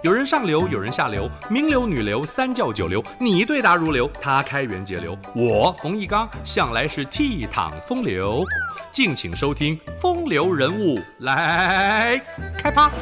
有人上流，有人下流，名流、女流、三教九流，你对答如流，他开源节流。我冯翊纲向来是倜傥风流，敬请收听《风流人物》来开趴。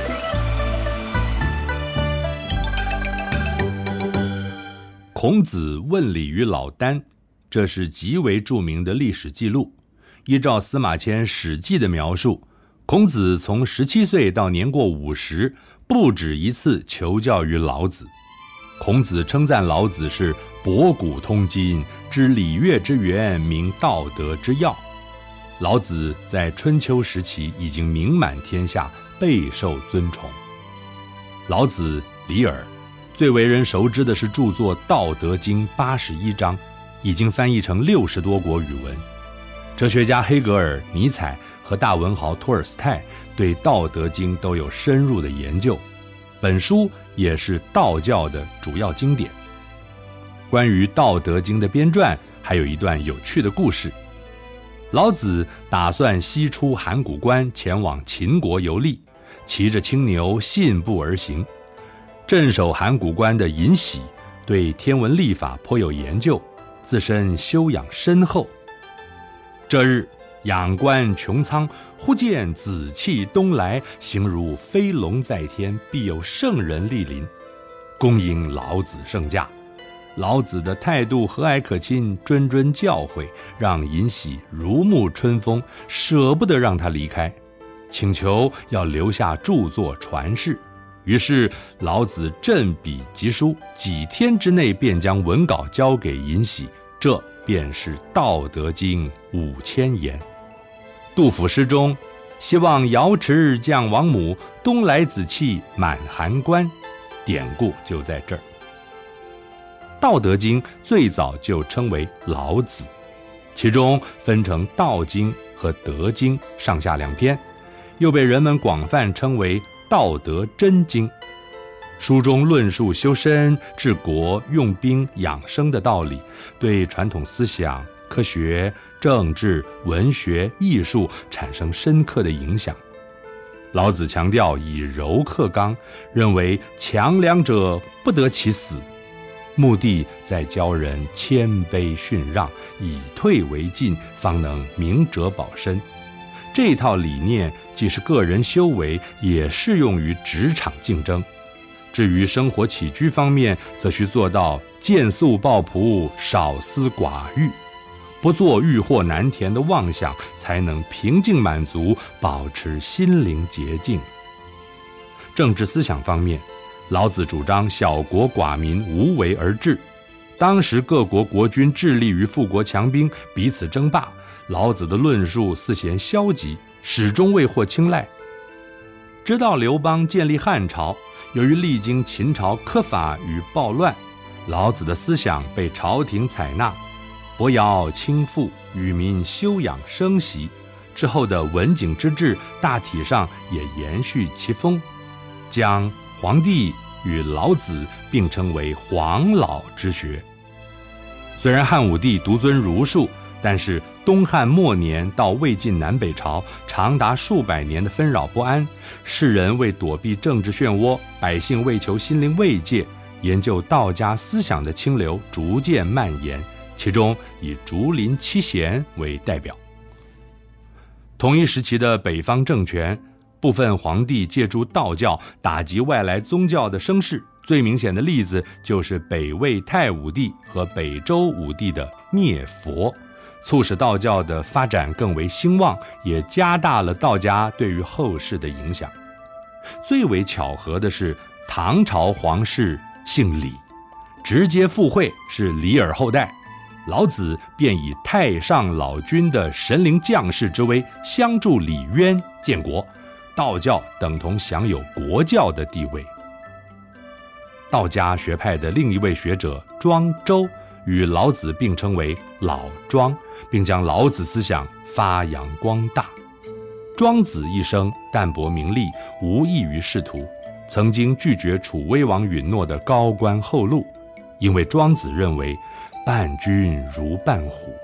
孔子问礼于老聃，这是极为著名的历史记录。依照司马迁《史记》的描述，孔子从17岁到年过50，不止一次求教于老子。孔子称赞老子是博古通今，知礼乐之源，明道德之要。老子在春秋时期已经名满天下，备受尊崇。老子李耳最为人熟知的是著作《道德经》81章，已经翻译成60多国语文。哲学家黑格尔、尼采和大文豪托尔斯泰对《道德经》都有深入的研究，本书也是道教的主要经典。关于《道德经》的编撰，还有一段有趣的故事。老子打算西出函谷关，前往秦国游历，骑着青牛信步而行。镇守函谷关的尹喜对天文历法颇有研究，自身修养深厚。这日仰观穹苍，忽见紫气东来，形如飞龙在天，必有圣人莅临，恭迎老子圣驾。老子的态度和蔼可亲，谆谆教诲，让尹喜如沐春风，舍不得让他离开，请求要留下著作传世。于是老子振笔疾书，几天之内便将文稿交给尹喜，这便是《道德经》5000言。杜甫诗中希望瑶池降王母，东来紫气满函关，典故就在这儿。《道德经》最早就称为老子，其中分成《道经》和《德经》上下两篇，又被人们广泛称为《道德真经》。书中论述修身、治国、用兵、养生的道理，对传统思想、科学、政治、文学、艺术产生深刻的影响。老子强调以柔克刚，认为强梁者不得其死，目的在教人谦卑逊让，以退为进，方能明哲保身。这套理念既是个人修为，也适用于职场竞争。至于生活起居方面，则需做到见素抱朴，少思寡欲，不做欲壑难填的妄想，才能平静满足，保持心灵洁净。政治思想方面，老子主张小国寡民，无为而治。当时各国国君致力于富国强兵，彼此争霸，老子的论述似嫌消极，始终未获青睐。直到刘邦建立汉朝，由于历经秦朝苛法与暴乱，老子的思想被朝廷采纳，伯尧亲附，与民休养生息。之后的文景之治大体上也延续其风，将黄帝与老子并称为黄老之学。虽然汉武帝独尊儒术，但是东汉末年到魏晋南北朝，长达数百年的纷扰不安，世人为躲避政治漩涡，百姓为求心灵慰藉，研究道家思想的清流逐渐蔓延，其中以竹林七贤为代表。同一时期的北方政权，部分皇帝借助道教打击外来宗教的声势，最明显的例子就是北魏太武帝和北周武帝的灭佛，促使道教的发展更为兴旺，也加大了道家对于后世的影响。最为巧合的是，唐朝皇室姓李，直接附会是李耳后代，老子便以太上老君的神灵将士之威，相助李渊建国，道教等同享有国教的地位。道家学派的另一位学者庄周与老子并称为老庄，并将老子思想发扬光大。庄子一生淡泊名利，无益于仕途，曾经拒绝楚威王允诺的高官厚禄，因为庄子认为伴君如伴虎，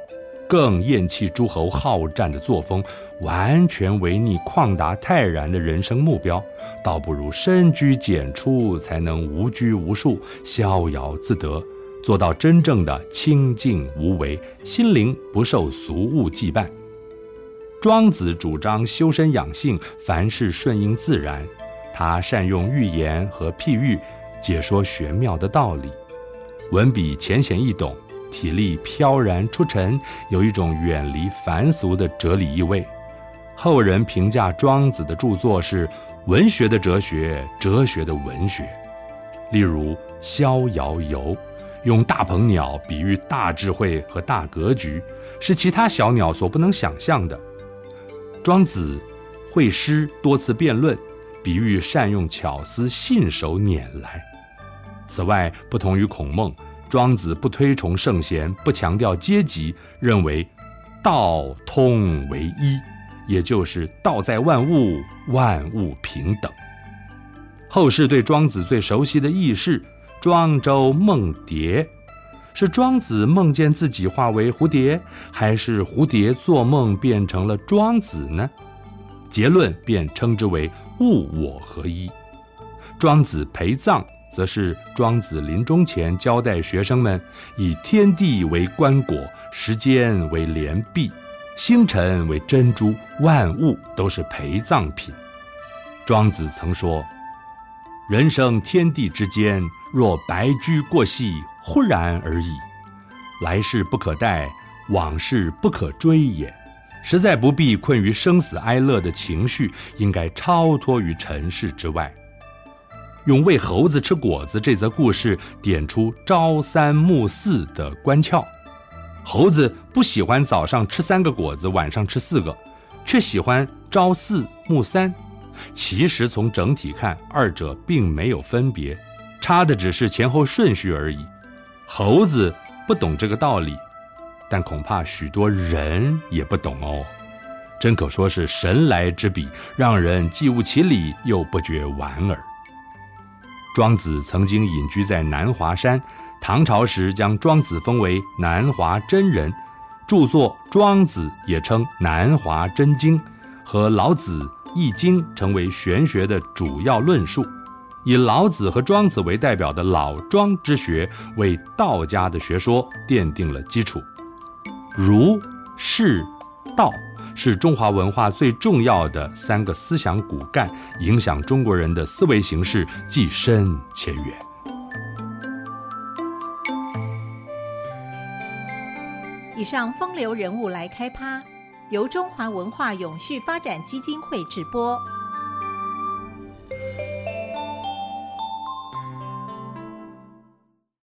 更厌弃诸侯好战的作风，完全违逆旷达泰然的人生目标，倒不如深居简出，才能无拘无束，逍遥自得，做到真正的清静无为，心灵不受俗物羁绊。庄子主张修身养性，凡事顺应自然，他善用寓言和譬喻，解说玄妙的道理，文笔浅显易懂，体力飘然出尘，有一种远离凡俗的哲理意味。后人评价庄子的著作是文学的哲学，哲学的文学。例如《逍遥游》，用大鹏鸟比喻大智慧和大格局，是其他小鸟所不能想象的。庄子会诗多次辩论，比喻善用巧思，信手拈来。此外，不同于孔孟，庄子不推崇圣贤，不强调阶级，认为道通为一，也就是道在万物，万物平等。后世对庄子最熟悉的轶事庄周梦蝶，是庄子梦见自己化为蝴蝶，还是蝴蝶做梦变成了庄子呢？结论便称之为物我合一。庄子陪葬，则是庄子临终前交代学生们，以天地为棺椁，时间为帘璧，星辰为珍珠，万物都是陪葬品。庄子曾说，人生天地之间，若白驹过隙，忽然而已，来世不可待，往事不可追也。实在不必困于生死哀乐的情绪，应该超脱于尘世之外。用喂猴子吃果子这则故事点出朝三暮四的关窍。猴子不喜欢早上吃3个果子，晚上吃4个，却喜欢朝4暮3。其实从整体看，二者并没有分别，差的只是前后顺序而已。猴子不懂这个道理，但恐怕许多人也不懂哦。真可说是神来之笔，让人既悟其理，又不觉莞尔。庄子曾经隐居在南华山，唐朝时将庄子封为南华真人，著作《庄子》也称南华真经，和老子、易经成为玄学的主要论述。以老子和庄子为代表的老庄之学，为道家的学说奠定了基础。儒、释、道是中华文化最重要的3个思想骨干，影响中国人的思维形式既深且远。 以上风流人物来开趴，由中华文化永续发展基金会直播。